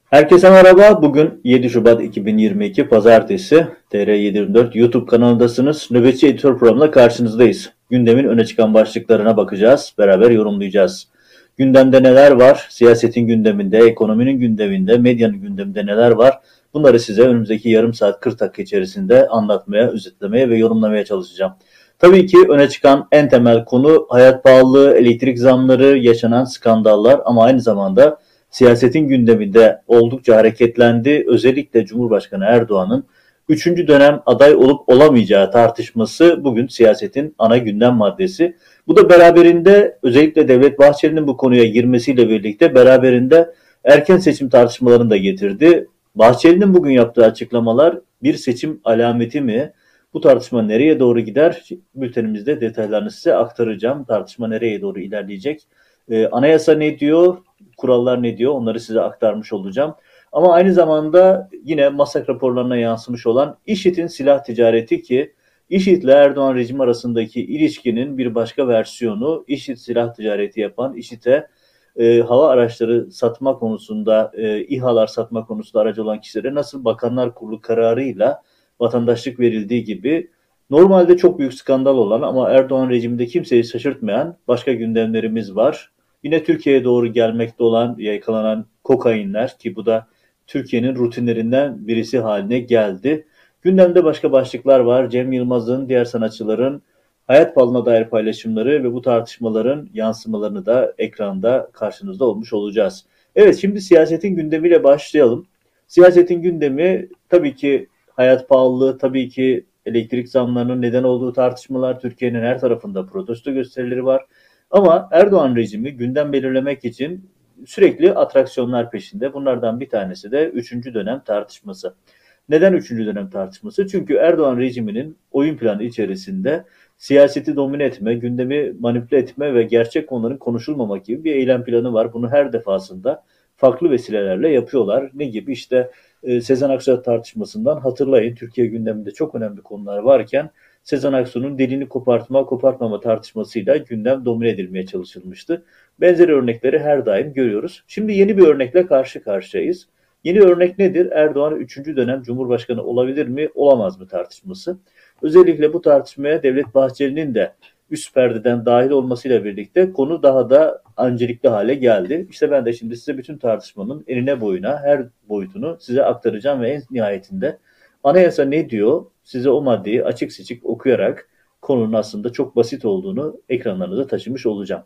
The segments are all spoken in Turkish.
Herkese merhaba. Bugün 7 Şubat 2022 Pazartesi. TR724 YouTube kanalındasınız. Nöbetçi Editör programında karşınızdayız. Gündemin öne çıkan başlıklarına bakacağız. Beraber yorumlayacağız. Gündemde neler var? Siyasetin gündeminde, ekonominin gündeminde, medyanın gündeminde neler var? Bunları size önümüzdeki yarım saat 40 dakika içerisinde anlatmaya, özetlemeye ve yorumlamaya çalışacağım. Tabii ki öne çıkan en temel konu hayat pahalılığı, elektrik zamları, yaşanan skandallar ama aynı zamanda siyasetin gündeminde oldukça hareketlendi. Özellikle Cumhurbaşkanı Erdoğan'ın üçüncü dönem aday olup olamayacağı tartışması bugün siyasetin ana gündem maddesi. Bu da beraberinde özellikle Devlet Bahçeli'nin bu konuya girmesiyle birlikte beraberinde erken seçim tartışmalarını da getirdi. Bahçeli'nin bugün yaptığı açıklamalar bir seçim alameti mi? Bu tartışma nereye doğru gider? Bültenimizde detaylarını size aktaracağım. Tartışma nereye doğru ilerleyecek? Anayasa ne diyor? Kurallar ne diyor? Onları size aktarmış olacağım. Ama aynı zamanda yine MASAK raporlarına yansımış olan IŞİD'in silah ticareti ki IŞİD ile Erdoğan rejimi arasındaki ilişkinin bir başka versiyonu IŞİD silah ticareti yapan IŞİD'e hava araçları satma konusunda, İHA'lar satma konusunda aracı olan kişilere nasıl Bakanlar Kurulu kararıyla vatandaşlık verildiği gibi normalde çok büyük skandal olan ama Erdoğan rejiminde kimseyi şaşırtmayan başka gündemlerimiz var. Yine Türkiye'ye doğru gelmekte olan, yakalanan kokainler ki bu da Türkiye'nin rutinlerinden birisi haline geldi. Gündemde başka başlıklar var. Cem Yılmaz'ın, diğer sanatçıların hayat falına dair paylaşımları ve bu tartışmaların yansımalarını da ekranda karşınızda olmuş olacağız. Evet, şimdi siyasetin gündemiyle başlayalım. Siyasetin gündemi tabii ki hayat pahalılığı, tabii ki elektrik zamlarının neden olduğu tartışmalar, Türkiye'nin her tarafında protesto gösterileri var. Ama Erdoğan rejimi gündem belirlemek için sürekli atraksiyonlar peşinde. Bunlardan bir tanesi de üçüncü dönem tartışması. Neden üçüncü dönem tartışması? Çünkü Erdoğan rejiminin oyun planı içerisinde siyaseti domine etme, gündemi manipüle etme ve gerçek konuların konuşulmamak gibi bir eylem planı var. Bunu her defasında farklı vesilelerle yapıyorlar. Ne gibi? İşte Sezen Aksu tartışmasından hatırlayın. Türkiye gündeminde çok önemli konular varken Sezen Aksu'nun dilini kopartma kopartmama tartışmasıyla gündem domine edilmeye çalışılmıştı. Benzeri örnekleri her daim görüyoruz. Şimdi yeni bir örnekle karşı karşıyayız. Yeni örnek nedir? Erdoğan üçüncü dönem Cumhurbaşkanı olabilir mi, olamaz mı tartışması. Özellikle bu tartışmaya Devlet Bahçeli'nin de üst perdeden dahil olmasıyla birlikte konu daha da öncelikli hale geldi. İşte ben de şimdi size bütün tartışmanın enine boyuna her boyutunu size aktaracağım ve en nihayetinde anayasa ne diyor? Size o maddeyi açık seçik okuyarak konunun aslında çok basit olduğunu ekranlarınıza taşımış olacağım.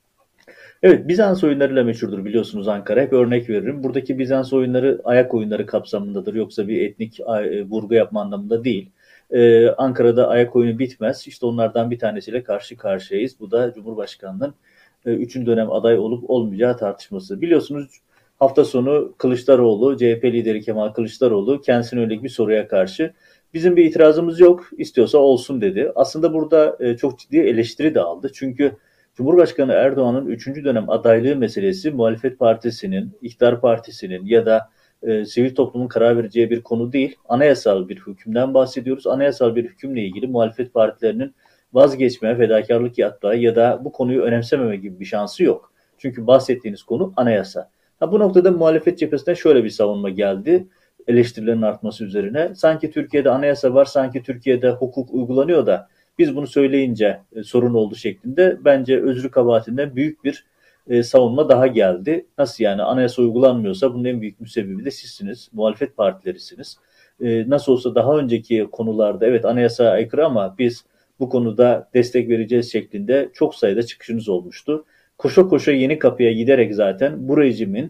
Evet, Bizans oyunlarıyla meşhurdur biliyorsunuz Ankara. Hep örnek veririm. Buradaki Bizans oyunları ayak oyunları kapsamındadır. Yoksa bir etnik vurgu yapma anlamında değil. Ankara'da ayak oyunu bitmez. İşte onlardan bir tanesiyle karşı karşıyayız. Bu da Cumhurbaşkanı'nın 3. dönem aday olup olmayacağı tartışması. Biliyorsunuz hafta sonu Kılıçdaroğlu, CHP lideri Kemal Kılıçdaroğlu kendisine yönelik bir soruya karşı bizim bir itirazımız yok, istiyorsa olsun dedi. Aslında burada çok ciddi eleştiri de aldı. Çünkü Cumhurbaşkanı Erdoğan'ın üçüncü dönem adaylığı meselesi muhalefet partisinin, iktidar partisinin ya da sivil toplumun karar vereceği bir konu değil. Anayasal bir hükümden bahsediyoruz. Anayasal bir hükümle ilgili muhalefet partilerinin vazgeçme, fedakarlık yapma ya da bu konuyu önemsememe gibi bir şansı yok. Çünkü bahsettiğiniz konu anayasa. Bu noktada muhalefet cephesine şöyle bir savunma geldi eleştirilerin artması üzerine. Sanki Türkiye'de anayasa var, sanki Türkiye'de hukuk uygulanıyor da biz bunu söyleyince sorun oldu şeklinde bence özrü kabahatinden büyük bir savunma daha geldi. Nasıl yani anayasa uygulanmıyorsa bunun en büyük müsebbibi de sizsiniz, muhalefet partilerisiniz. Nasıl olsa daha önceki konularda evet anayasaya aykırı ama biz bu konuda destek vereceğiz şeklinde çok sayıda çıkışınız olmuştu. Koşa koşa yeni kapıya giderek zaten bu rejimin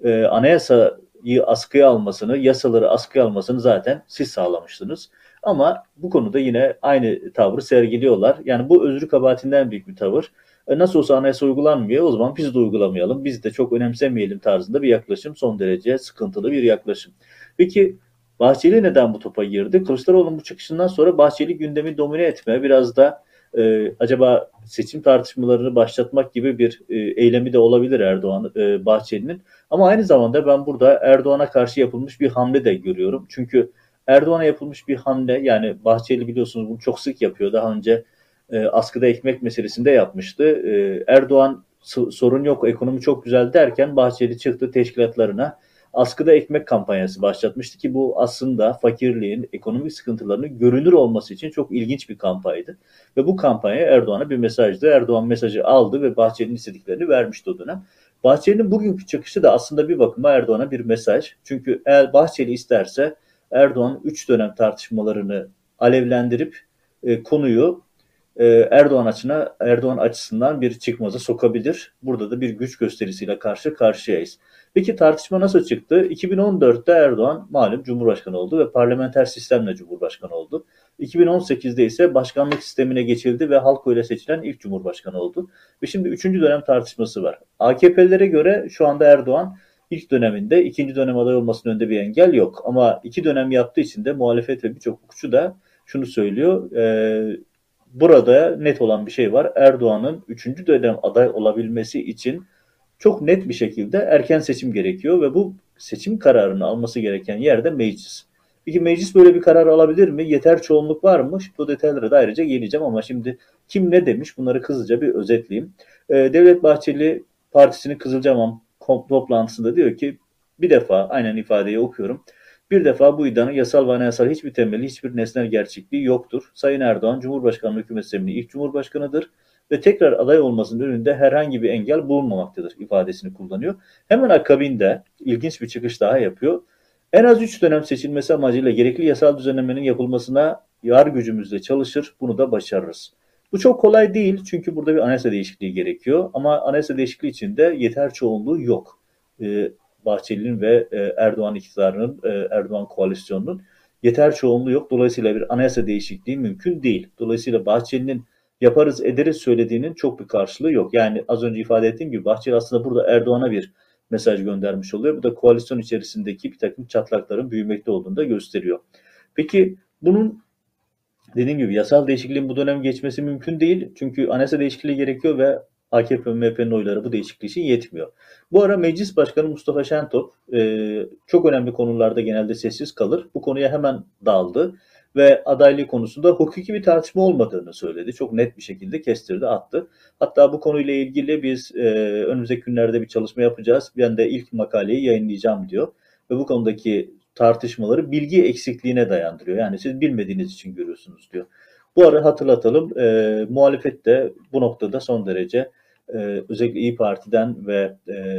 anayasayı askıya almasını, yasaları askıya almasını zaten siz sağlamıştınız. Ama bu konuda yine aynı tavrı sergiliyorlar. Yani bu özrü kabahatinden büyük bir tavır. Nasıl olsa anayasa uygulanmıyor, o zaman biz de uygulamayalım, biz de çok önemsemeyelim tarzında bir yaklaşım, son derece sıkıntılı bir yaklaşım. Peki Bahçeli neden bu topa girdi? Kılıçdaroğlu'nun bu çıkışından sonra Bahçeli gündemi domine etme, biraz da acaba seçim tartışmalarını başlatmak gibi bir eylemi de olabilir Erdoğan, Bahçeli'nin. Ama aynı zamanda ben burada Erdoğan'a karşı yapılmış bir hamle de görüyorum. Çünkü Erdoğan'a yapılmış bir hamle, yani Bahçeli biliyorsunuz bunu çok sık yapıyor. Daha önce askıda ekmek meselesinde yapmıştı. Erdoğan sorun yok, ekonomi çok güzel derken Bahçeli çıktı teşkilatlarına. askıda ekmek kampanyası başlatmıştı ki bu aslında fakirliğin, ekonomik sıkıntılarının görünür olması için çok ilginç bir kampanyaydı. Ve bu kampanya Erdoğan'a bir mesajdı. Erdoğan mesajı aldı ve Bahçeli'nin istediklerini vermişti o dönem. Bahçeli'nin bugünkü çıkışı da aslında bir bakıma Erdoğan'a bir mesaj. Çünkü eğer Bahçeli isterse Erdoğan 3 dönem tartışmalarını alevlendirip konuyu Erdoğan açısından bir çıkmaza sokabilir. Burada da bir güç gösterisiyle karşı karşıyayız. Peki tartışma nasıl çıktı? 2014'te Erdoğan malum Cumhurbaşkanı oldu ve parlamenter sistemle Cumhurbaşkanı oldu. 2018'de ise başkanlık sistemine geçildi ve halk oyla seçilen ilk Cumhurbaşkanı oldu. Ve şimdi 3. dönem tartışması var. AKP'lilere göre şu anda Erdoğan ilk döneminde, ikinci dönem aday olmasının önünde bir engel yok. Ama 2 dönem yaptığı için de muhalefet ve birçok hukukçu da şunu söylüyor. Burada net olan bir şey var. Erdoğan'ın 3. dönem aday olabilmesi için çok net bir şekilde erken seçim gerekiyor ve bu seçim kararını alması gereken yerde meclis. Peki meclis böyle bir karar alabilir mi? Yeter çoğunluk var mı? Bu detaylara da ayrıca geleceğim ama şimdi kim ne demiş? Bunları hızlıca bir özetleyeyim. Devlet Bahçeli partisinin Kızılcahamam toplantısında diyor ki bir defa aynen ifadeyi okuyorum. Bir defa bu iddianın yasal ve anayasal hiçbir temeli, hiçbir nesnel gerçekliği yoktur. Sayın Erdoğan, Cumhurbaşkanlığı hükümet sisteminin ilk Cumhurbaşkanıdır ve tekrar aday olmasının önünde herhangi bir engel bulunmamaktadır ifadesini kullanıyor. Hemen akabinde ilginç bir çıkış daha yapıyor. En az 3 dönem seçilmesi amacıyla gerekli yasal düzenlemenin yapılmasına yar gücümüzle çalışır, bunu da başarırız. Bu çok kolay değil çünkü burada bir anayasa değişikliği gerekiyor ama anayasa değişikliği için de yeter çoğunluğu yok. Bahçeli'nin ve Erdoğan iktidarının, Erdoğan koalisyonunun yeter çoğunluğu yok. Dolayısıyla bir anayasa değişikliği mümkün değil. Dolayısıyla Bahçeli'nin yaparız ederiz söylediğinin çok bir karşılığı yok. Yani az önce ifade ettiğim gibi Bahçeli aslında burada Erdoğan'a bir mesaj göndermiş oluyor. Bu da koalisyon içerisindeki bir takım çatlakların büyümekte olduğunu da gösteriyor. Peki bunun dediğim gibi yasal değişikliğin bu dönem geçmesi mümkün değil. Çünkü anayasa değişikliği gerekiyor ve AKP ve MHP'nin oyları bu değişikliği için yetmiyor. Bu ara Meclis Başkanı Mustafa Şentop çok önemli konularda genelde sessiz kalır. Bu konuya hemen daldı ve adaylığı konusunda hukuki bir tartışma olmadığını söyledi. Çok net bir şekilde kestirdi, attı. Hatta bu konuyla ilgili biz önümüzdeki günlerde bir çalışma yapacağız. Ben de ilk makaleyi yayınlayacağım diyor. Ve bu konudaki tartışmaları bilgi eksikliğine dayandırıyor. Yani siz bilmediğiniz için görüyorsunuz diyor. Bu ara hatırlatalım muhalefet de bu noktada son derece özellikle İyi Parti'den ve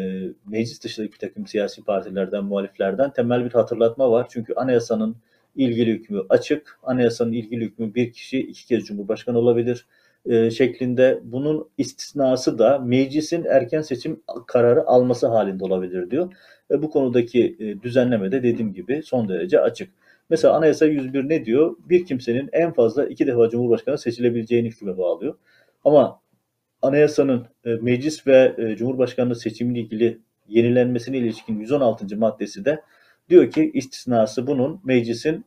meclis dışındaki bir takım siyasi partilerden, muhaliflerden temel bir hatırlatma var. Çünkü anayasanın ilgili hükmü açık. Anayasanın ilgili hükmü bir kişi 2 kez Cumhurbaşkanı olabilir şeklinde. Bunun istisnası da meclisin erken seçim kararı alması halinde olabilir diyor. Bu konudaki düzenleme de dediğim gibi son derece açık. Mesela Anayasa 101 ne diyor? Bir kimsenin en fazla 2 defa Cumhurbaşkanı seçilebileceğini hüküme bağlıyor. Ama Anayasanın meclis ve Cumhurbaşkanlığı seçimiyle ilgili yenilenmesine ilişkin 116. maddesi de diyor ki istisnası bunun meclisin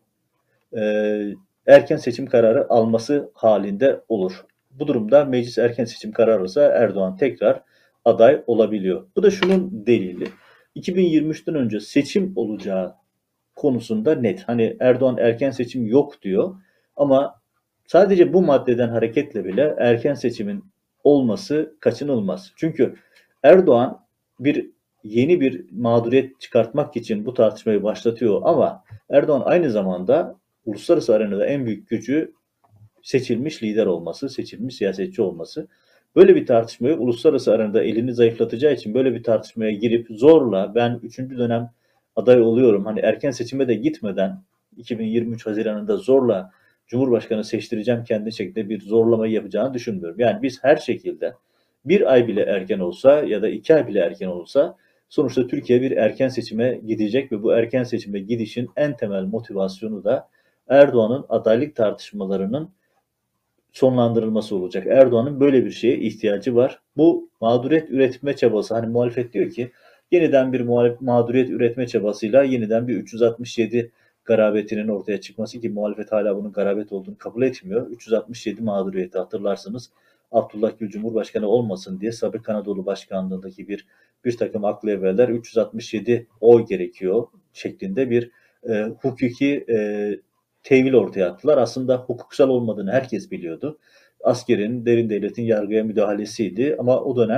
erken seçim kararı alması halinde olur. Bu durumda meclis erken seçim kararı alırsa Erdoğan tekrar aday olabiliyor. Bu da şunun delili. 2023'ten önce seçim olacağı konusunda net. Hani Erdoğan erken seçim yok diyor ama sadece bu maddeden hareketle bile erken seçimin olması kaçınılmaz. Çünkü Erdoğan yeni bir mağduriyet çıkartmak için bu tartışmayı başlatıyor ama Erdoğan aynı zamanda uluslararası arenada en büyük gücü seçilmiş lider olması, seçilmiş siyasetçi olması. Böyle bir tartışmayı uluslararası arenada elini zayıflatacağı için böyle bir tartışmaya girip zorla ben 3. dönem aday oluyorum. Hani erken seçime de gitmeden 2023 Haziran'ında zorla Cumhurbaşkanı seçtireceğim kendi şekilde bir zorlamayı yapacağını düşünmüyorum. Yani biz her şekilde bir ay bile erken olsa ya da 2 ay bile erken olsa sonuçta Türkiye bir erken seçime gidecek ve bu erken seçime gidişin en temel motivasyonu da Erdoğan'ın adaylık tartışmalarının sonlandırılması olacak. Erdoğan'ın böyle bir şeye ihtiyacı var. Bu mağduriyet üretme çabası, hani muhalefet diyor ki yeniden bir mağduriyet üretme çabasıyla yeniden bir 367 garabetinin ortaya çıkması ki muhalefet hala bunun garabet olduğunu kabul etmiyor. 367 mağduriyeti hatırlarsınız. Abdullah Gül Cumhurbaşkanı olmasın diye Sabri Kanadoğlu başkanlığındaki bir takım aklı evveller 367 oy gerekiyor şeklinde bir hukuki tevil ortaya attılar. Aslında hukuksal olmadığını herkes biliyordu. Askerin, derin devletin yargıya müdahalesiydi ama o dönem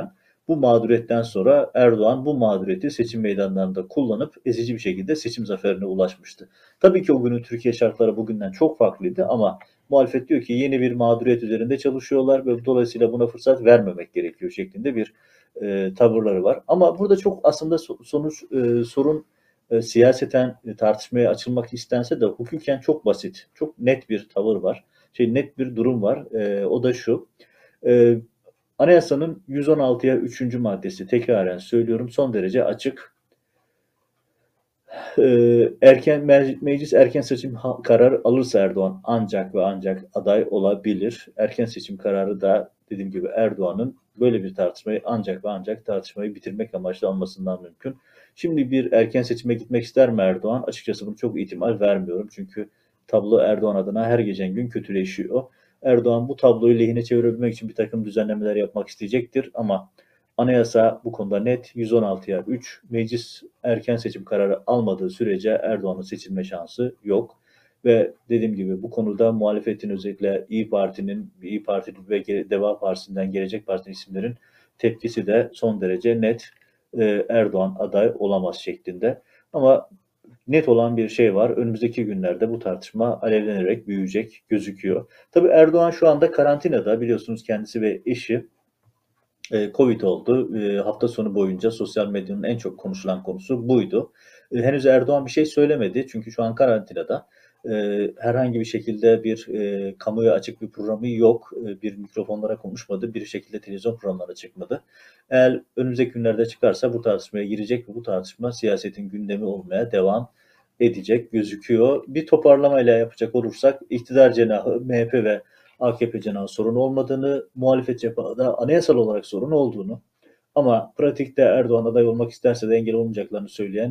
Bu mağduriyetten sonra Erdoğan bu mağduriyeti seçim meydanlarında kullanıp ezici bir şekilde seçim zaferine ulaşmıştı. Tabii ki o günün Türkiye şartları bugünden çok farklıydı ama muhalefet diyor ki yeni bir mağduriyet üzerinde çalışıyorlar ve dolayısıyla buna fırsat vermemek gerekiyor şeklinde bir tavırları var. Ama burada çok aslında sorun siyaseten tartışmaya açılmak istense de hukuken çok basit, çok net bir tavır var. Net bir durum var. O da şu. E, Anayasanın 116'ya 3. maddesi tekraren söylüyorum son derece açık. Meclis erken seçim kararı alırsa Erdoğan ancak ve ancak aday olabilir. Erken seçim kararı da dediğim gibi Erdoğan'ın böyle bir tartışmayı ancak ve ancak tartışmayı bitirmek amaçlı almasından mümkün. Şimdi bir erken seçime gitmek ister mi Erdoğan? Açıkçası bunu çok ihtimal vermiyorum. Çünkü tablo Erdoğan adına her geçen gün kötüleşiyor. Erdoğan bu tabloyu lehine çevirebilmek için bir takım düzenlemeler yapmak isteyecektir ama anayasa bu konuda net. 116'ya 3 meclis erken seçim kararı almadığı sürece Erdoğan'ın seçilme şansı yok. Ve dediğim gibi bu konuda muhalefetin özellikle İyi Parti ve Deva Partisi'nden Gelecek Partisi isimlerin tepkisi de son derece net. Erdoğan aday olamaz şeklinde. Ama net olan bir şey var. Önümüzdeki günlerde bu tartışma alevlenerek büyüyecek gözüküyor. Tabii Erdoğan şu anda karantinada biliyorsunuz kendisi ve eşi Covid oldu. Hafta sonu boyunca sosyal medyanın en çok konuşulan konusu buydu. Henüz Erdoğan bir şey söylemedi çünkü şu an karantinada. Herhangi bir şekilde bir kamuya açık bir programı yok. Bir mikrofonlara konuşmadı, bir şekilde televizyon programlarına çıkmadı. Eğer önümüzdeki günlerde çıkarsa bu tartışmaya girecek ve bu tartışma siyasetin gündemi olmaya devam edecek gözüküyor. Bir toparlamayla yapacak olursak iktidar cenahı MHP ve AKP cenahı sorun olmadığını, muhalefet cenahı anayasal olarak sorun olduğunu ama pratikte Erdoğan aday olmak isterse de engel olmayacaklarını söyleyen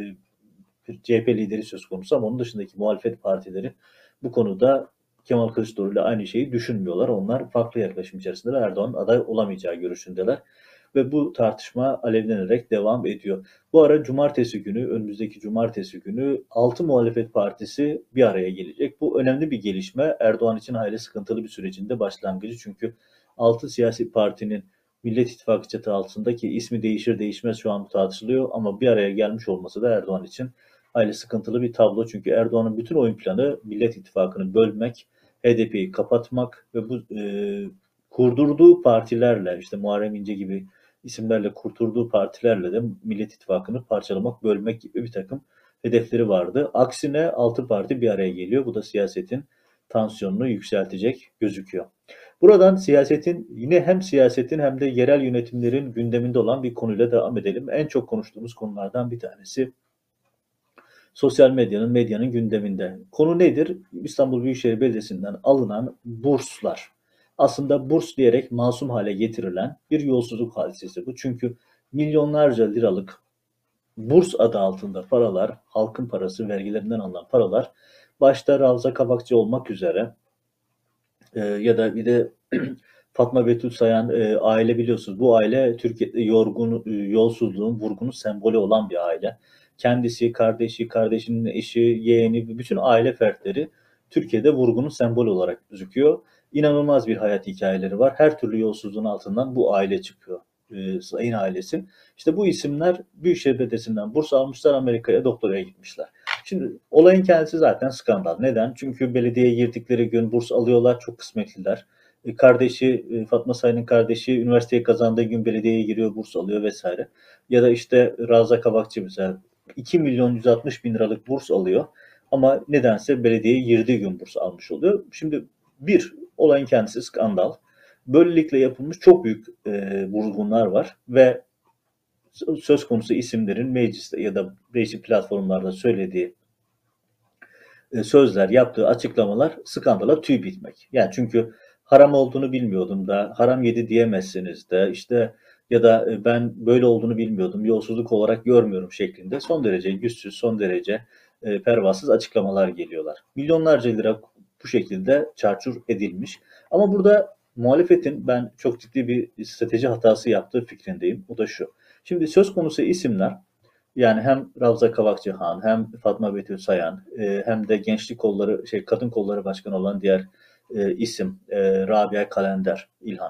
CHP lideri söz konusu ama onun dışındaki muhalefet partileri bu konuda Kemal Kılıçdaroğlu ile aynı şeyi düşünmüyorlar. Onlar farklı yaklaşım içerisindeler. Erdoğan'ın aday olamayacağı görüşündeler ve bu tartışma alevlenerek devam ediyor. Bu ara önümüzdeki cumartesi günü 6 muhalefet partisi bir araya gelecek. Bu önemli bir gelişme. Erdoğan için hayli sıkıntılı bir sürecin de başlangıcı. Çünkü 6 siyasi partinin Millet İttifakı çatı altındaki ismi değişir değişmez şu an tartışılıyor ama bir araya gelmiş olması da Erdoğan için hayli sıkıntılı bir tablo. Çünkü Erdoğan'ın bütün oyun planı Millet İttifakı'nı bölmek, HDP'yi kapatmak ve bu kurdurduğu partilerle işte Muharrem İnce gibi isimlerle kurturduğu partilerle de Millet İttifakı'nı parçalamak, bölmek gibi bir takım hedefleri vardı. Aksine 6 parti bir araya geliyor. Bu da siyasetin tansiyonunu yükseltecek gözüküyor. Buradan hem siyasetin hem de yerel yönetimlerin gündeminde olan bir konuyla devam edelim. En çok konuştuğumuz konulardan bir tanesi sosyal medyanın gündeminde. Konu nedir? İstanbul Büyükşehir Belediyesi'nden alınan burslar. Aslında burs diyerek masum hale getirilen bir yolsuzluk hadisesi bu. Çünkü milyonlarca liralık burs adı altında paralar, halkın parası, vergilerinden alınan paralar, başta Ravza Kabakçı olmak üzere ya da bir de Fatma Betül Sayan aile biliyorsunuz. Bu aile Türkiye'de yolsuzluğun, vurgunun sembolü olan bir aile. Kendisi, kardeşi, kardeşinin eşi, yeğeni, bütün aile fertleri Türkiye'de vurgunun sembolü olarak gözüküyor. İnanılmaz bir hayat hikayeleri var. Her türlü yolsuzluğun altından bu aile çıkıyor. Sayın ailesi. İşte bu isimler Büyükşehir Belediyesi'nden burs almışlar, Amerika'ya doktoraya gitmişler. Şimdi olayın kendisi zaten skandal. Neden? Çünkü belediyeye girdikleri gün burs alıyorlar, çok kısmetliler. Fatma Sayın'ın kardeşi üniversiteyi kazandığı gün belediyeye giriyor, burs alıyor vesaire. Ya da işte Ravza Kavakçı mesela 2 milyon 160 bin liralık burs alıyor ama nedense belediyeye girdiği gün burs almış oluyor. Şimdi olayın kendisi skandal. Böylelikle yapılmış çok büyük vurgunlar var ve söz konusu isimlerin mecliste ya da değişik platformlarda söylediği sözler, yaptığı açıklamalar skandala tüy bitmek. Yani çünkü haram olduğunu bilmiyordum da haram yedi diyemezsiniz de işte ya da ben böyle olduğunu bilmiyordum, yolsuzluk olarak görmüyorum şeklinde son derece yüzsüz, son derece pervasız açıklamalar geliyorlar. Milyonlarca lira bu şekilde çarçur edilmiş. Ama burada muhalefetin ben çok ciddi bir strateji hatası yaptığı fikrindeyim. O da şu. Şimdi söz konusu isimler yani hem Ravza Kavakçıhan hem Fatma Betül Sayan hem de kadın kolları başkanı olan diğer isim Rabia Kalender İlhan.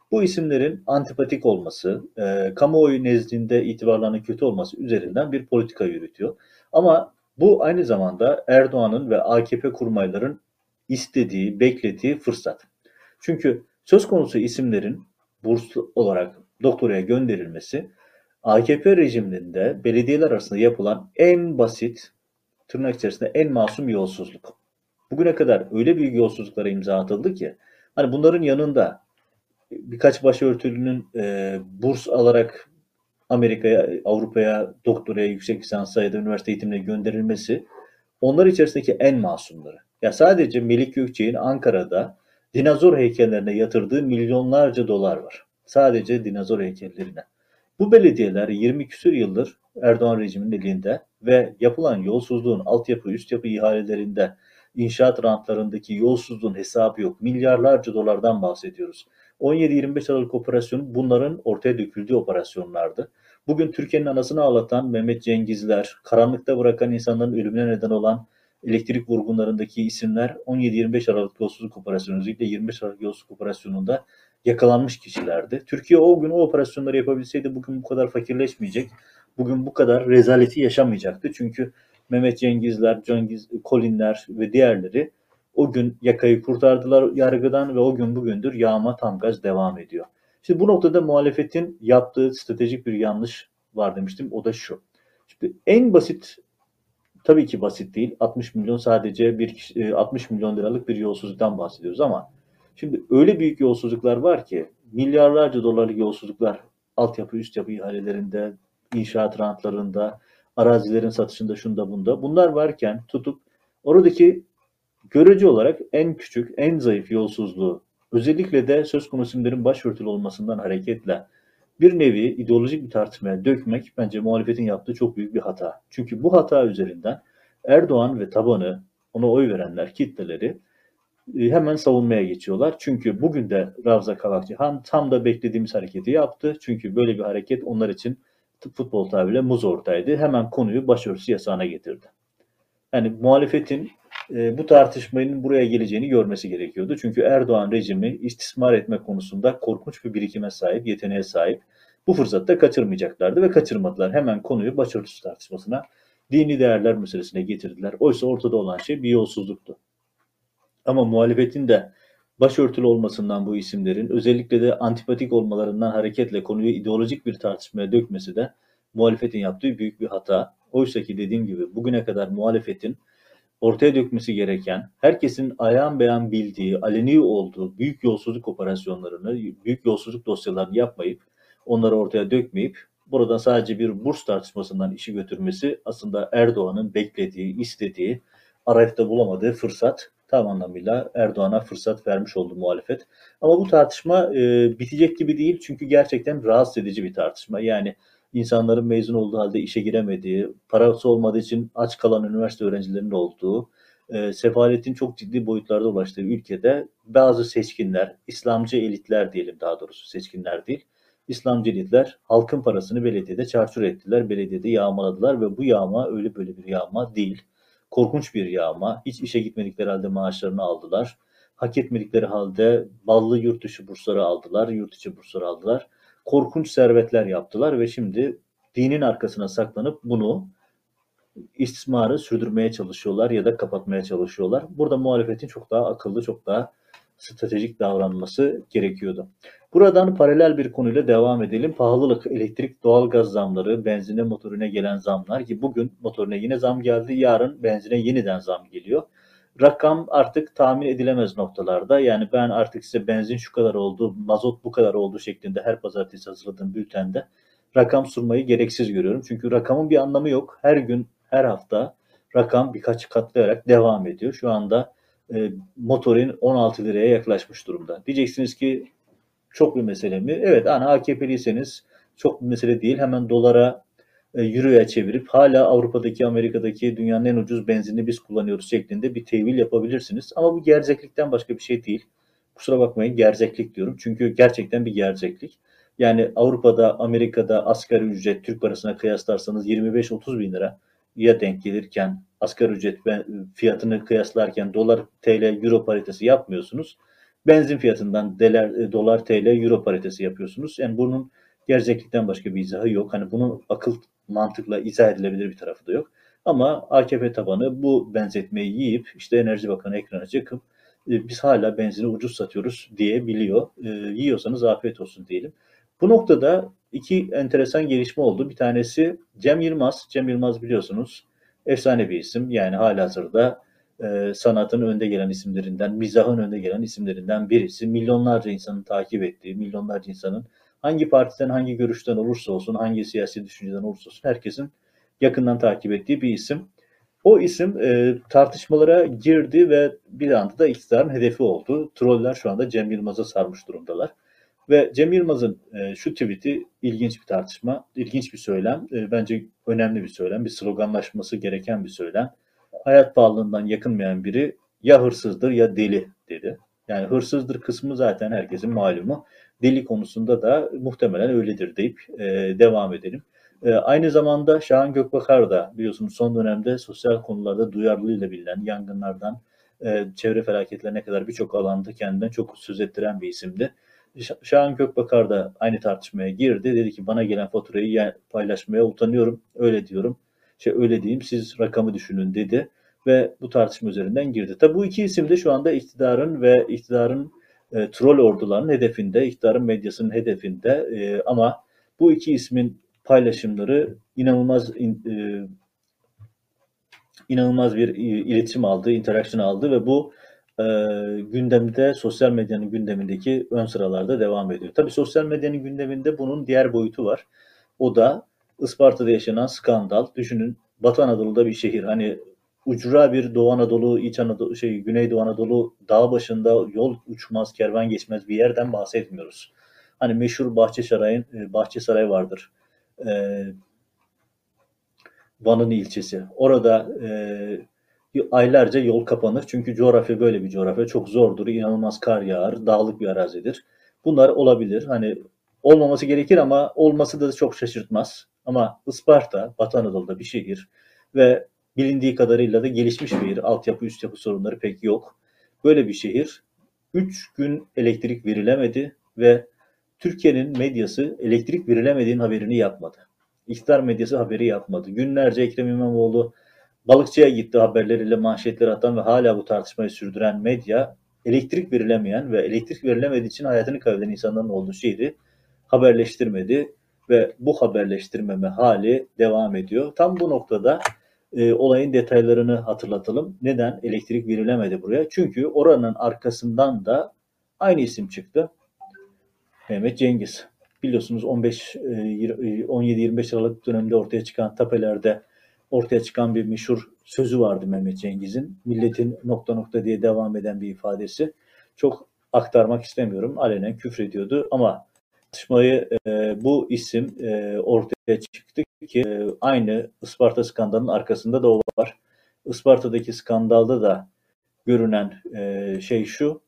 Bu isimlerin antipatik olması, kamuoyu nezdinde itibarlarının kötü olması üzerinden bir politika yürütüyor. Ama bu aynı zamanda Erdoğan'ın ve AKP kurmayların istediği, beklediği fırsat. Çünkü söz konusu isimlerin burslu olarak doktoraya gönderilmesi AKP rejiminde belediyeler arasında yapılan en basit, tırnak içerisinde en masum yolsuzluk. Bugüne kadar öyle büyük yolsuzluklara imza atıldı ki hani bunların yanında birkaç başörtülünün burs alarak Amerika'ya, Avrupa'ya, doktoraya, yüksek lisansa ya da üniversite eğitimine gönderilmesi onlar içerisindeki en masumları. Ya sadece Melik Gökçek'in Ankara'da dinozor heykellerine yatırdığı milyonlarca dolar var. Sadece dinozor heykellerine. Bu belediyeler 20 küsur yıldır Erdoğan rejiminin elinde ve yapılan yolsuzluğun altyapı, üst yapı ihalelerinde, inşaat rantlarındaki yolsuzluğun hesabı yok. Milyarlarca dolardan bahsediyoruz. 17-25 Aralık operasyonu bunların ortaya döküldüğü operasyonlardı. Bugün Türkiye'nin anasını ağlatan Mehmet Cengizler, karanlıkta bırakan insanların ölümüne neden olan elektrik vurgunlarındaki isimler 17-25 Aralık yolsuzluk operasyonu, özellikle 25 Aralık yolsuzluk operasyonunda yakalanmış kişilerdi. Türkiye o gün o operasyonları yapabilseydi bugün bu kadar fakirleşmeyecek, bugün bu kadar rezaleti yaşamayacaktı. Çünkü Mehmet Cengizler, Cengiz Kolinler ve diğerleri o gün yakayı kurtardılar yargıdan ve o gün bugündür yağma tam gaz devam ediyor. Şimdi bu noktada muhalefetin yaptığı stratejik bir yanlış var demiştim. O da şu. Şimdi en basit, tabii ki basit değil. 60 milyon sadece 60 milyon liralık bir yolsuzluktan bahsediyoruz ama şimdi öyle büyük yolsuzluklar var ki milyarlarca dolarlık yolsuzluklar altyapı, üst yapı ihalelerinde, inşaat rantlarında, arazilerin satışında, şunda bunda. Bunlar varken tutup oradaki görece olarak en küçük, en zayıf yolsuzluğu, özellikle de söz konusu isimlerin başörtülü olmasından hareketle bir nevi ideolojik bir tartışmaya dökmek bence muhalefetin yaptığı çok büyük bir hata. Çünkü bu hata üzerinden Erdoğan ve tabanı, ona oy verenler, kitleleri hemen savunmaya geçiyorlar. Çünkü bugün de Ravza Kavakçıhan tam da beklediğimiz hareketi yaptı. Çünkü böyle bir hareket onlar için futbol tabiriyle muz ortaydı. Hemen konuyu başörtüsü yasağına getirdi. Yani muhalefetin bu tartışmanın buraya geleceğini görmesi gerekiyordu. Çünkü Erdoğan rejimi istismar etme konusunda korkunç bir birikime sahip, yeteneğe sahip. Bu fırsatı da kaçırmayacaklardı ve kaçırmadılar. Hemen konuyu başörtüsü tartışmasına, dini değerler meselesine getirdiler. Oysa ortada olan şey bir yolsuzluktu. Ama muhalefetin de başörtülü olmasından bu isimlerin, özellikle de antipatik olmalarından hareketle konuyu ideolojik bir tartışmaya dökmesi de muhalefetin yaptığı büyük bir hata. Oysa ki dediğim gibi bugüne kadar muhalefetin ortaya dökmesi gereken, herkesin ayan beyan bildiği, aleni olduğu büyük yolsuzluk operasyonlarını, büyük yolsuzluk dosyalarını yapmayıp, onları ortaya dökmeyip, buradan sadece bir burs tartışmasından işi götürmesi aslında Erdoğan'ın beklediği, istediği, arayıp bulamadığı fırsat. Tam anlamıyla Erdoğan'a fırsat vermiş oldu muhalefet. Ama bu tartışma bitecek gibi değil çünkü gerçekten rahatsız edici bir tartışma. Yani insanların mezun olduğu halde işe giremediği, parası olmadığı için aç kalan üniversite öğrencilerinin olduğu, sefaletin çok ciddi boyutlarda ulaştığı ülkede bazı seçkinler, İslamcı elitler diyelim daha doğrusu seçkinler değil, İslamcı elitler halkın parasını belediyede çarçur ettiler, belediyede yağmaladılar ve bu yağma öyle böyle bir yağma değil. Korkunç bir yağma. Hiç işe gitmedikleri halde maaşlarını aldılar. Hak etmedikleri halde ballı yurt dışı bursları aldılar, yurt içi bursları aldılar. Korkunç servetler yaptılar ve şimdi dinin arkasına saklanıp bunu istismarı sürdürmeye çalışıyorlar ya da kapatmaya çalışıyorlar. Burada muhalefetin çok daha akıllı, çok daha stratejik davranması gerekiyordu. Buradan paralel bir konuyla devam edelim. Pahalılık, elektrik, doğalgaz zamları, benzine, motorine gelen zamlar ki bugün motorine yine zam geldi, yarın benzine yeniden zam geliyor. Rakam artık tahmin edilemez noktalarda. Yani ben artık size benzin şu kadar oldu, mazot bu kadar oldu şeklinde her pazartesi hazırladığım bültende rakam sunmayı gereksiz görüyorum. Çünkü rakamın bir anlamı yok. Her gün, her hafta rakam birkaç katlayarak devam ediyor. Şu anda motorin 16 liraya yaklaşmış durumda. Diyeceksiniz ki çok bir mesele mi? Evet, hani AKP'liyseniz çok bir mesele değil. Hemen dolara, euroya çevirip hala Avrupa'daki, Amerika'daki dünyanın en ucuz benzinini biz kullanıyoruz şeklinde bir tevil yapabilirsiniz. Ama bu gerzeklikten başka bir şey değil. Kusura bakmayın gerzeklik diyorum. Çünkü gerçekten bir gerzeklik. Yani Avrupa'da, Amerika'da asgari ücret Türk parasına kıyaslarsanız 25-30 bin lira ya denk gelirken asgari ücret fiyatını kıyaslarken dolar, TL, euro paritesi yapmıyorsunuz. Benzin fiyatından dolar, TL, euro paritesi yapıyorsunuz. Yani bunun gerçeklikten başka bir izahı yok. Hani bunun akıl mantıkla izah edilebilir bir tarafı da yok. Ama AKP tabanı bu benzetmeyi yiyip işte Enerji Bakanı ekrana çıkıp biz hala benzini ucuz satıyoruz diyebiliyor. Yiyorsanız afiyet olsun diyelim. Bu noktada iki enteresan gelişme oldu. Bir tanesi Cem Yılmaz. Cem Yılmaz biliyorsunuz efsane bir isim. Yani halihazırda sanatın önde gelen isimlerinden, mizahın önde gelen isimlerinden birisi. Milyonlarca insanın takip ettiği, milyonlarca insanın hangi partiden, hangi görüşten olursa olsun, hangi siyasi düşünceden olursa olsun herkesin yakından takip ettiği bir isim. O isim tartışmalara girdi ve bir anda da iktidarın hedefi oldu. Troller şu anda Cem Yılmaz'a sarmış durumdalar. Ve Cem Yılmaz'ın şu tweet'i ilginç bir tartışma, ilginç bir söylem. Bence önemli bir söylem, bir sloganlaşması gereken bir söylem. Hayat pahalılığından yakınmayan biri ya hırsızdır ya deli dedi. Yani hırsızdır kısmı zaten herkesin malumu. Deli konusunda da muhtemelen öyledir deyip devam edelim. Aynı zamanda Şahan Gökbakar da biliyorsunuz son dönemde sosyal konularda duyarlılığıyla bilinen, yangınlardan çevre felaketlerine kadar birçok alanda kendinden çok söz ettiren bir isimdi. Şahan Gökbakar da aynı tartışmaya girdi. Dedi ki bana gelen faturayı paylaşmaya utanıyorum. Öyle diyorum. Öyle diyeyim siz rakamı düşünün dedi. Ve bu tartışma üzerinden girdi. Tabi bu iki isim de şu anda iktidarın troll ordularının hedefinde, iktidarın medyasının hedefinde. Ama bu iki ismin paylaşımları inanılmaz bir iletişim aldı, interaction aldı ve bu e, gündemde, sosyal medyanın gündemindeki ön sıralarda devam ediyor. Tabii sosyal medyanın gündeminde bunun diğer boyutu var. O da Isparta'da yaşanan skandal. Düşünün Batı Anadolu'da bir şehir. Hani ucra bir Doğu Anadolu, İç Anadolu, Güneydoğu Anadolu dağ başında yol uçmaz, kervan geçmez bir yerden bahsetmiyoruz. Hani meşhur Bahçesaray vardır. Ee, Van'ın ilçesi. Orada aylarca yol kapanır. Çünkü coğrafya böyle bir coğrafya. Çok zordur. İnanılmaz kar yağar. Dağlık bir arazidir. Bunlar olabilir. Hani olmaması gerekir ama olması da çok şaşırtmaz. Ama Isparta, Batı Anadolu'da bir şehir ve bilindiği kadarıyla da gelişmiş bir şehir. Altyapı, üst yapı sorunları pek yok. Böyle bir şehir. 3 gün elektrik verilemedi ve Türkiye'nin medyası elektrik verilemediğinin haberini yapmadı. İktidar medyası haberi yapmadı. Günlerce Ekrem İmamoğlu balıkçıya gitti haberleriyle manşetleri atan ve hala bu tartışmayı sürdüren medya elektrik verilemeyen ve elektrik verilemediği için hayatını kaybeden insanların olduğu şehri haberleştirmedi ve bu haberleştirmeme hali devam ediyor. Tam bu noktada olayın detaylarını hatırlatalım. Neden elektrik verilemedi buraya? Çünkü oranın arkasından da aynı isim çıktı. Mehmet Cengiz. Biliyorsunuz 17-25 Aralık döneminde ortaya çıkan tapelerde ortaya çıkan bir meşhur sözü vardı Mehmet Cengiz'in. Milletin nokta nokta diye devam eden bir ifadesi. Çok aktarmak istemiyorum. Alenen küfrediyordu ama tartışmayı bu isim ortaya çıktı ki aynı Isparta skandalının arkasında da o var. Isparta'daki skandalda da görünen şey şu: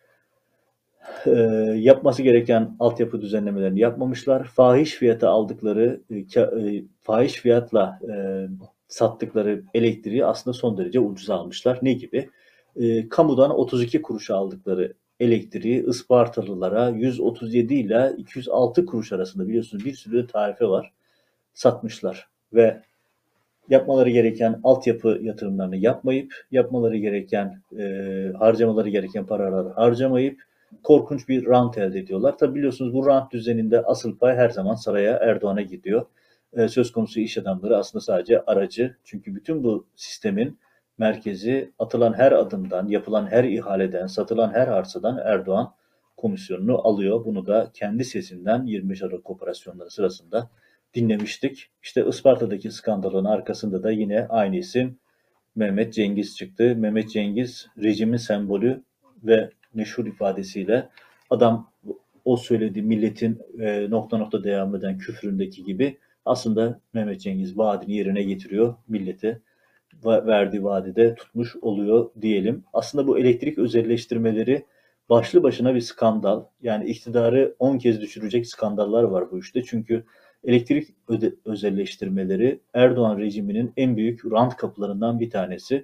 yapması gereken altyapı düzenlemelerini yapmamışlar. Fahiş fiyata aldıkları, fahiş fiyatla sattıkları elektriği aslında son derece ucuza almışlar. Ne gibi? Kamudan 32 kuruşa aldıkları elektriği Ispartalılara 137 ile 206 kuruş arasında, biliyorsunuz bir sürü de tarife var, satmışlar. Ve yapmaları gereken altyapı yatırımlarını yapmayıp, harcamaları gereken paraları harcamayıp korkunç bir rant elde ediyorlar. Tabi biliyorsunuz bu rant düzeninde asıl pay her zaman saraya, Erdoğan'a gidiyor. Söz konusu iş adamları aslında sadece aracı. Çünkü bütün bu sistemin merkezi, atılan her adımdan, yapılan her ihaleden, satılan her arsadan Erdoğan komisyonunu alıyor. Bunu da kendi sesinden 25 Aralık operasyonları sırasında dinlemiştik. İşte Isparta'daki skandalın arkasında da yine aynı isim Mehmet Cengiz çıktı. Mehmet Cengiz rejimin sembolü ve meşhur ifadesiyle adam o söylediği milletin nokta nokta devam eden küfründeki gibi aslında Mehmet Cengiz vaadini yerine getiriyor. Millete verdiği vaadi de tutmuş oluyor diyelim. Aslında bu elektrik özelleştirmeleri başlı başına bir skandal. Yani iktidarı 10 kez düşürecek skandallar var bu işte. Çünkü elektrik özelleştirmeleri Erdoğan rejiminin en büyük rant kapılarından bir tanesi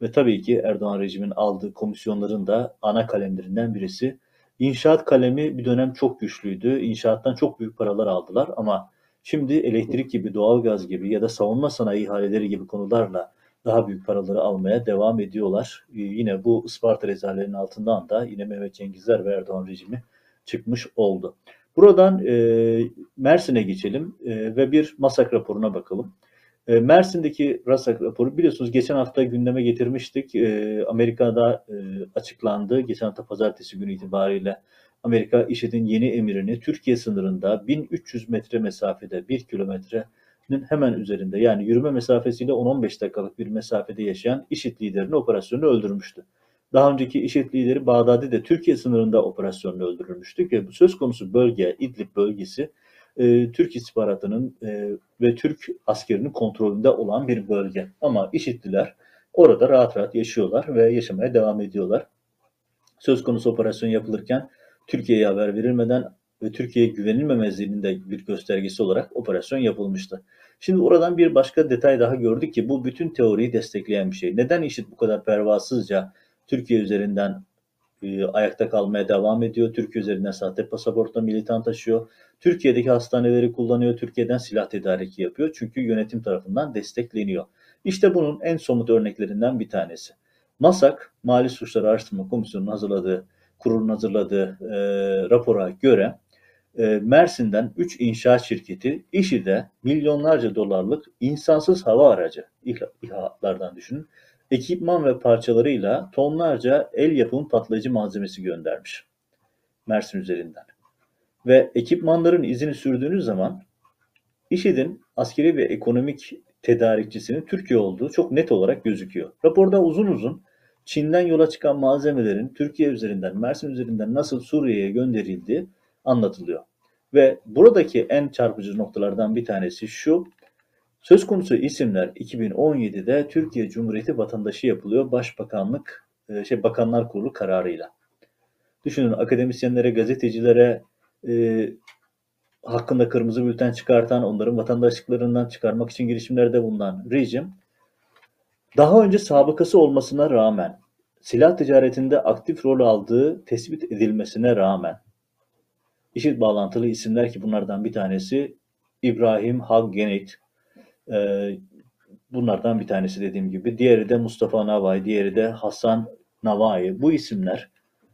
Ve tabii ki Erdoğan rejiminin aldığı komisyonların da ana kalemlerinden birisi. İnşaat kalemi bir dönem çok güçlüydü. İnşaattan çok büyük paralar aldılar ama şimdi elektrik gibi, doğalgaz gibi ya da savunma sanayi ihaleleri gibi konularla daha büyük paraları almaya devam ediyorlar. Yine bu Isparta rezaletinin altından da yine Mehmet Cengizler ve Erdoğan rejimi çıkmış oldu. Buradan Mersin'e geçelim ve bir MASAK raporuna bakalım. Mersin'deki RASAK raporu biliyorsunuz geçen hafta gündeme getirmiştik. Amerika'da açıklandı. Geçen hafta pazartesi günü itibariyle Amerika IŞİD'in yeni emirini Türkiye sınırında 1300 metre mesafede, 1 kilometrenin hemen üzerinde yani yürüme mesafesiyle 10-15 dakikalık bir mesafede yaşayan IŞİD liderini operasyonla öldürmüştü. Daha önceki IŞİD lideri Bağdadi de Türkiye sınırında operasyonla öldürülmüştü ve bu söz konusu bölge İdlib bölgesi Türk istihbaratının ve Türk askerinin kontrolünde olan bir bölge. Ama IŞİD'liler orada rahat rahat yaşıyorlar ve yaşamaya devam ediyorlar. Söz konusu operasyon yapılırken Türkiye'ye haber verilmeden ve Türkiye'ye güvenilmemezliğinin de bir göstergesi olarak operasyon yapılmıştı. Şimdi oradan bir başka detay daha gördük ki bu bütün teoriyi destekleyen bir şey. Neden IŞİD bu kadar pervasızca Türkiye üzerinden ayakta kalmaya devam ediyor? Türkiye üzerinden sahte pasaportla militan taşıyor. Türkiye'deki hastaneleri kullanıyor. Türkiye'den silah tedariki yapıyor. Çünkü yönetim tarafından destekleniyor. İşte bunun en somut örneklerinden bir tanesi. MASAK, Mali Suçlar Araştırma Komisyonu'nun hazırladığı, kurulun hazırladığı rapora göre Mersin'den 3 inşaat şirketi IŞİD'e milyonlarca dolarlık insansız hava aracı, İHA'lardan düşünün, ekipman ve parçalarıyla tonlarca el yapımı patlayıcı malzemesi göndermiş Mersin üzerinden. Ve ekipmanların izini sürdüğünüz zaman IŞİD'in askeri ve ekonomik tedarikçisinin Türkiye olduğu çok net olarak gözüküyor. Raporda uzun uzun Çin'den yola çıkan malzemelerin Türkiye üzerinden, Mersin üzerinden nasıl Suriye'ye gönderildiği anlatılıyor. Ve buradaki en çarpıcı noktalardan bir tanesi şu: söz konusu isimler 2017'de Türkiye Cumhuriyeti vatandaşı yapılıyor Bakanlar Kurulu kararıyla. Düşünün, akademisyenlere, gazetecilere hakkında kırmızı bülten çıkartan, onların vatandaşlıklarından çıkarmak için girişimlerde bulunan rejim, daha önce sabıkası olmasına rağmen, silah ticaretinde aktif rol aldığı tespit edilmesine rağmen, IŞİD bağlantılı isimler ki bunlardan bir tanesi İbrahim Haggenit, bunlardan bir tanesi dediğim gibi, diğeri de Mustafa Navai, diğeri de Hasan Navai. Bu isimler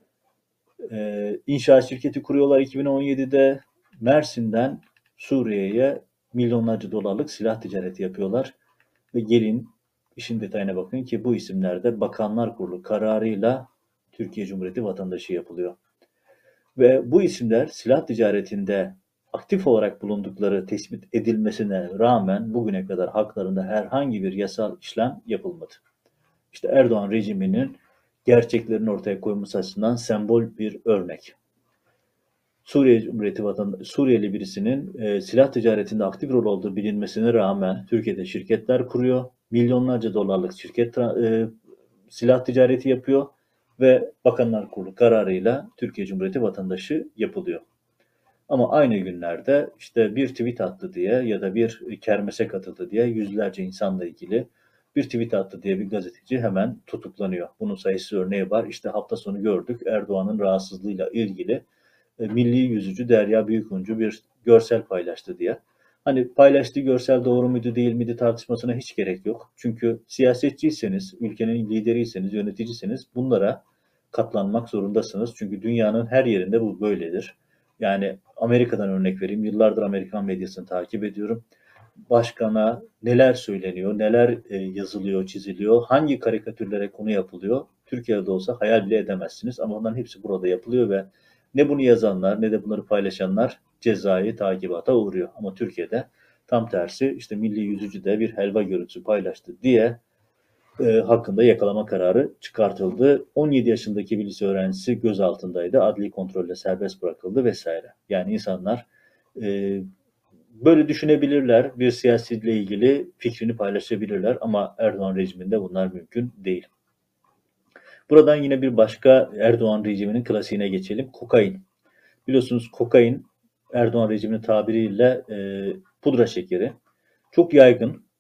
inşaat şirketi kuruyorlar 2017'de. Mersin'den Suriye'ye milyonlarca dolarlık silah ticareti yapıyorlar. Ve gelin işin detayına bakın ki bu isimlerde Bakanlar Kurulu kararıyla Türkiye Cumhuriyeti vatandaşı yapılıyor. Ve bu isimler silah ticaretinde aktif olarak bulundukları tespit edilmesine rağmen bugüne kadar haklarında herhangi bir yasal işlem yapılmadı. İşte Erdoğan rejiminin gerçeklerini ortaya koyması açısından sembol bir örnek. Suriye Cumhuriyeti Suriyeli birisinin silah ticaretinde aktif rol olduğu bilinmesine rağmen Türkiye'de şirketler kuruyor. Milyonlarca dolarlık silah ticareti yapıyor ve Bakanlar Kurulu kararıyla Türkiye Cumhuriyeti vatandaşı yapılıyor. Ama aynı günlerde işte bir tweet attı diye ya da bir kermese katıldı diye yüzlerce insanla ilgili bir tweet attı diye bir gazeteci hemen tutuklanıyor. Bunun sayısız örneği var. İşte hafta sonu gördük, Erdoğan'ın rahatsızlığıyla ilgili milli yüzücü Derya Büyükuncu bir görsel paylaştı diye. Hani paylaştığı görsel doğru muydu değil miydi tartışmasına hiç gerek yok. Çünkü siyasetçiyseniz, ülkenin lideriyseniz, yöneticiyseniz bunlara katlanmak zorundasınız. Çünkü dünyanın her yerinde bu böyledir. Yani Amerika'dan örnek vereyim. Yıllardır Amerikan medyasını takip ediyorum. Başkana neler söyleniyor, neler yazılıyor, çiziliyor, hangi karikatürlere konu yapılıyor. Türkiye'de olsa hayal bile edemezsiniz ama onların hepsi burada yapılıyor ve ne bunu yazanlar ne de bunları paylaşanlar cezai takibata uğruyor. Ama Türkiye'de tam tersi, işte milli yüzücü de bir helva görüntüsü paylaştı diye hakkında yakalama kararı çıkartıldı. 17 yaşındaki bir lise öğrencisi gözaltındaydı. Adli kontrolle serbest bırakıldı vesaire. Yani insanlar böyle düşünebilirler, bir siyasiyle ilgili fikrini paylaşabilirler ama Erdoğan rejiminde bunlar mümkün değil. Buradan yine bir başka Erdoğan rejiminin klasiğine geçelim. Kokain. Biliyorsunuz kokain Erdoğan rejiminin tabiriyle pudra şekeri. Çok yaygın.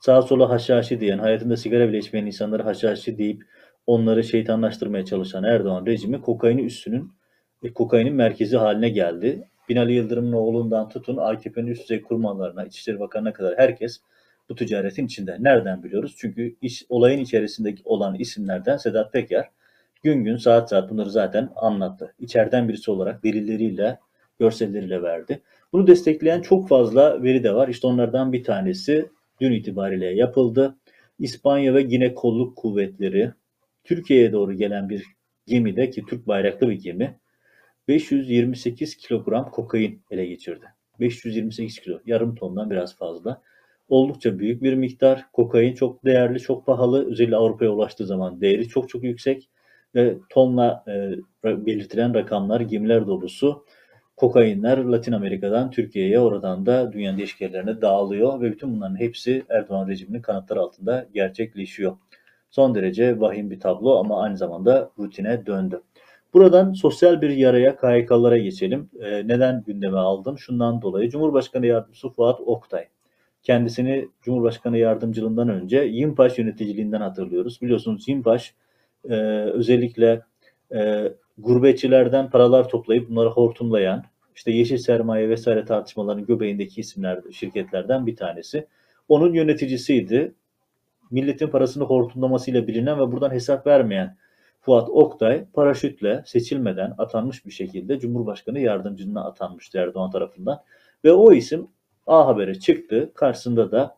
sağa sola haşhaşi diyen, hayatında sigara bile içmeyen insanları haşhaşi deyip onları şeytanlaştırmaya çalışan Erdoğan rejimi kokainin merkezi haline geldi. Binali Yıldırım'ın oğlundan tutun AKP'nin üst düzey kurmaylarına, İçişleri Bakanı'na kadar herkes bu ticaretin içinde. Nereden biliyoruz? Çünkü olayın içerisinde olan isimlerden Sedat Peker gün gün saat saat bunları zaten anlattı. İçeriden birisi olarak delilleriyle, görselleriyle verdi. Bunu destekleyen çok fazla veri de var. İşte onlardan bir tanesi dün itibariyle yapıldı. İspanya ve Gine Kolluk Kuvvetleri Türkiye'ye doğru gelen bir gemide, ki Türk bayraklı bir gemi, 528 kilogram kokain ele geçirdi. 528 kilo, yarım tondan biraz fazla. Oldukça büyük bir miktar. Kokain çok değerli, çok pahalı. Özellikle Avrupa'ya ulaştığı zaman değeri çok çok yüksek. Ve tonla belirtilen rakamlar, gemiler dolusu kokainler Latin Amerika'dan Türkiye'ye, oradan da dünyanın değişik yerlerine dağılıyor ve bütün bunların hepsi Erdoğan rejiminin kanatları altında gerçekleşiyor. Son derece vahim bir tablo ama aynı zamanda rutine döndü. Buradan sosyal bir yaraya, KHK'lara geçelim. Neden gündeme aldım? Şundan dolayı Cumhurbaşkanı Yardımcısı Fuat Oktay. Kendisini Cumhurbaşkanı yardımcılığından önce YİMPAŞ yöneticiliğinden hatırlıyoruz. Biliyorsunuz YİMPAŞ özellikle gurbetçilerden paralar toplayıp bunları hortumlayan, işte yeşil sermaye vesaire tartışmalarının göbeğindeki isimler, şirketlerden bir tanesi. Onun yöneticisiydi. Milletin parasını hortumlamasıyla bilinen ve buradan hesap vermeyen Fuat Oktay paraşütle seçilmeden atanmış bir şekilde Cumhurbaşkanı yardımcılığına atanmıştı Erdoğan tarafından. Ve o isim A Haber'e çıktı. Karşısında da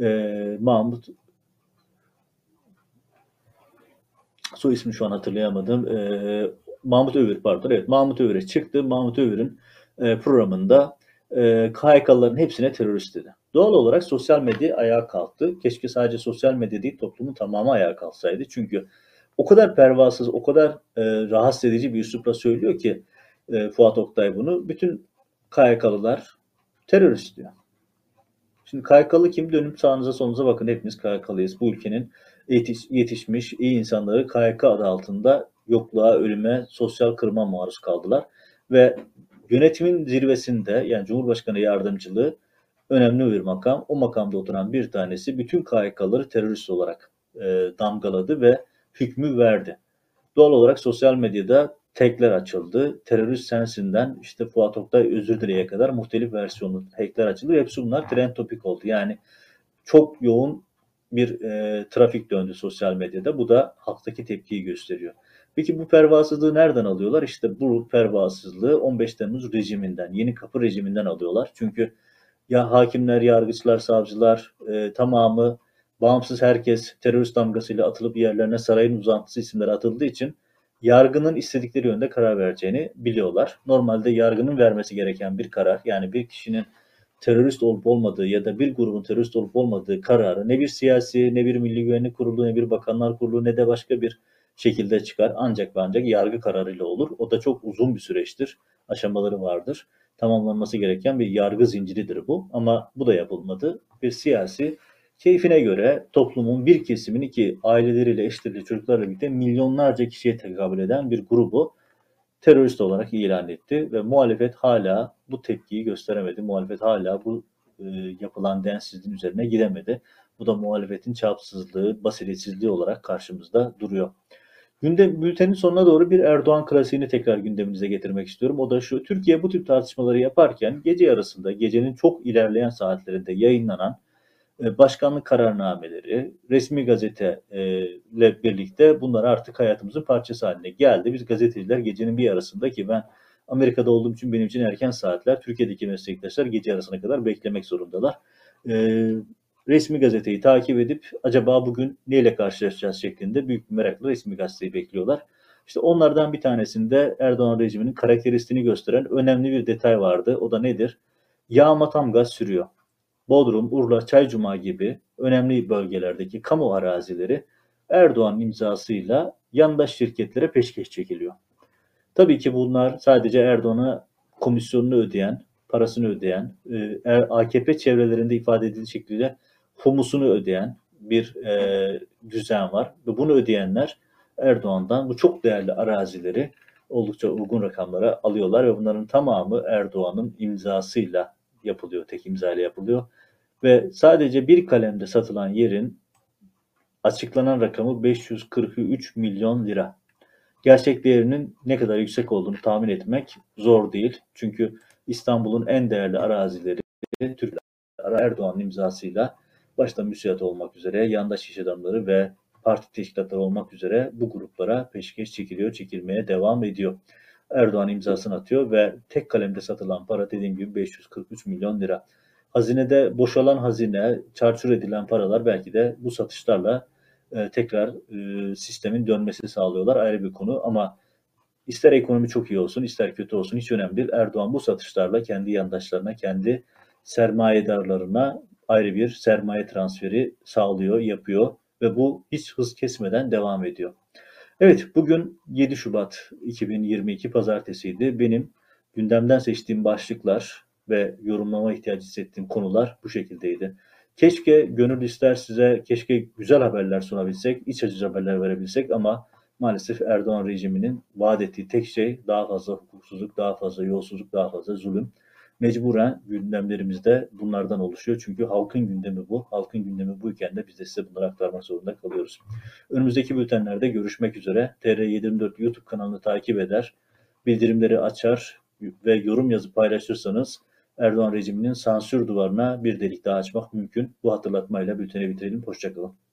soy ismi şu an hatırlayamadım. Mahmut Övür, pardon. Evet, Mahmut Övür'e çıktı. Mahmut Övür'ün programında KHK'lıların hepsine terörist dedi. Doğal olarak sosyal medya ayağa kalktı. Keşke sadece sosyal medya değil, toplumun tamamı ayağa kalksaydı. Çünkü o kadar pervasız, o kadar rahatsız edici bir üslupla söylüyor ki Fuat Oktay bunu. Bütün KHK'lılar terörist diyor. Şimdi KHK'lı kim? Dönüp sağınıza solunuza bakın. Hepimiz KHK'lıyız. Bu ülkenin yetişmiş iyi insanları KHK adı altında yokluğa, ölüme, sosyal kırıma maruz kaldılar. Ve yönetimin zirvesinde, yani Cumhurbaşkanı yardımcılığı önemli bir makam. O makamda oturan bir tanesi bütün KHK'ları terörist olarak damgaladı ve hükmü verdi. Doğal olarak sosyal medyada tagler açıldı. Terörist sensinden işte Fuat Oktay özür dileye kadar muhtelif versiyonlu hackler açıldı. Hepsi bunlar trend topik oldu. Yani çok yoğun bir trafik döndü sosyal medyada. Bu da halktaki tepkiyi gösteriyor. Peki bu pervasızlığı nereden alıyorlar? İşte bu pervasızlığı 15 Temmuz rejiminden, Yeni Kapı rejiminden alıyorlar. Çünkü ya hakimler, yargıçlar, savcılar tamamı bağımsız, herkes terörist damgasıyla atılıp yerlerine sarayın uzantısı isimleri atıldığı için yargının istedikleri yönde karar vereceğini biliyorlar. Normalde yargının vermesi gereken bir karar, yani bir kişinin terörist olup olmadığı ya da bir grubun terörist olup olmadığı kararı ne bir siyasi, ne bir Milli Güvenlik Kurulu, ne bir Bakanlar Kurulu, ne de başka bir şekilde çıkar. Ancak ve ancak yargı kararıyla olur. O da çok uzun bir süreçtir. Aşamaları vardır. Tamamlanması gereken bir yargı zinciridir bu. Ama bu da yapılmadı. Bir siyasi, keyfine göre toplumun bir kesimini, ki aileleriyle, eşleriyle, çocuklarla birlikte milyonlarca kişiye tekabül eden bir grubu terörist olarak ilan etti ve muhalefet hala bu tepkiyi gösteremedi. Muhalefet hala bu yapılan densizliğin üzerine gidemedi. Bu da muhalefetin çapsızlığı, basiretsizliği olarak karşımızda duruyor. Bültenin sonuna doğru bir Erdoğan klasiğini tekrar gündeminize getirmek istiyorum. O da şu: Türkiye bu tip tartışmaları yaparken gece yarısında, gecenin çok ilerleyen saatlerinde yayınlanan başkanlık kararnameleri, resmi gazete ile birlikte bunlar artık hayatımızın parçası haline geldi. Biz gazeteciler gecenin bir yarısında, ki ben Amerika'da olduğum için benim için erken saatler, Türkiye'deki meslektaşlar gece yarısına kadar beklemek zorundalar. Resmi gazeteyi takip edip acaba bugün neyle karşılaşacağız şeklinde büyük bir merakla resmi gazeteyi bekliyorlar. İşte onlardan bir tanesinde Erdoğan rejiminin karakteristiğini gösteren önemli bir detay vardı. O da nedir? Yağma tam gaz sürüyor. Bodrum, Urla, Çaycuma gibi önemli bölgelerdeki kamu arazileri Erdoğan imzasıyla yandaş şirketlere peşkeş çekiliyor. Tabii ki bunlar sadece Erdoğan'a komisyonunu ödeyen, parasını ödeyen, AKP çevrelerinde ifade edildiği şekilde humusunu ödeyen bir düzen var. Ve bunu ödeyenler Erdoğan'dan bu çok değerli arazileri oldukça uygun rakamlara alıyorlar ve bunların tamamı Erdoğan'ın imzasıyla yapılıyor, tek imzayla yapılıyor. Ve sadece bir kalemde satılan yerin açıklanan rakamı 543 milyon lira. Gerçek değerinin ne kadar yüksek olduğunu tahmin etmek zor değil. Çünkü İstanbul'un en değerli arazileri Türkiye Erdoğan'ın imzasıyla başta müsiat olmak üzere yandaş iş adamları ve parti teşkilatları olmak üzere bu gruplara peşkeş çekiliyor, çekilmeye devam ediyor. Erdoğan imzasını atıyor ve tek kalemde satılan para dediğim gibi 543 milyon lira. Hazinede boşalan hazine, çarçur edilen paralar belki de bu satışlarla tekrar sistemin dönmesi sağlıyorlar, ayrı bir konu. Ama ister ekonomi çok iyi olsun, ister kötü olsun hiç önemli değil. Erdoğan bu satışlarla kendi yandaşlarına, kendi sermayedarlarına ayrı bir sermaye transferi sağlıyor, yapıyor ve bu hiç hız kesmeden devam ediyor. Evet, bugün 7 Şubat 2022 Pazartesiydi. Benim gündemden seçtiğim başlıklar ve yorumlama ihtiyacı hissettiğim konular bu şekildeydi. Keşke gönül ister size, keşke güzel haberler sunabilsek, iç açıcı haberler verebilsek ama maalesef Erdoğan rejiminin vaat ettiği tek şey daha fazla hukuksuzluk, daha fazla yolsuzluk, daha fazla zulüm. Mecburen gündemlerimizde bunlardan oluşuyor. Çünkü halkın gündemi bu. Halkın gündemi buyken de biz de size bunları aktarmak zorunda kalıyoruz. Önümüzdeki bültenlerde görüşmek üzere. TR724 YouTube kanalını takip eder, bildirimleri açar ve yorum yazıp paylaşırsanız Erdoğan rejiminin sansür duvarına bir delik daha açmak mümkün. Bu hatırlatmayla bülteni bitirelim. Hoşça kalın.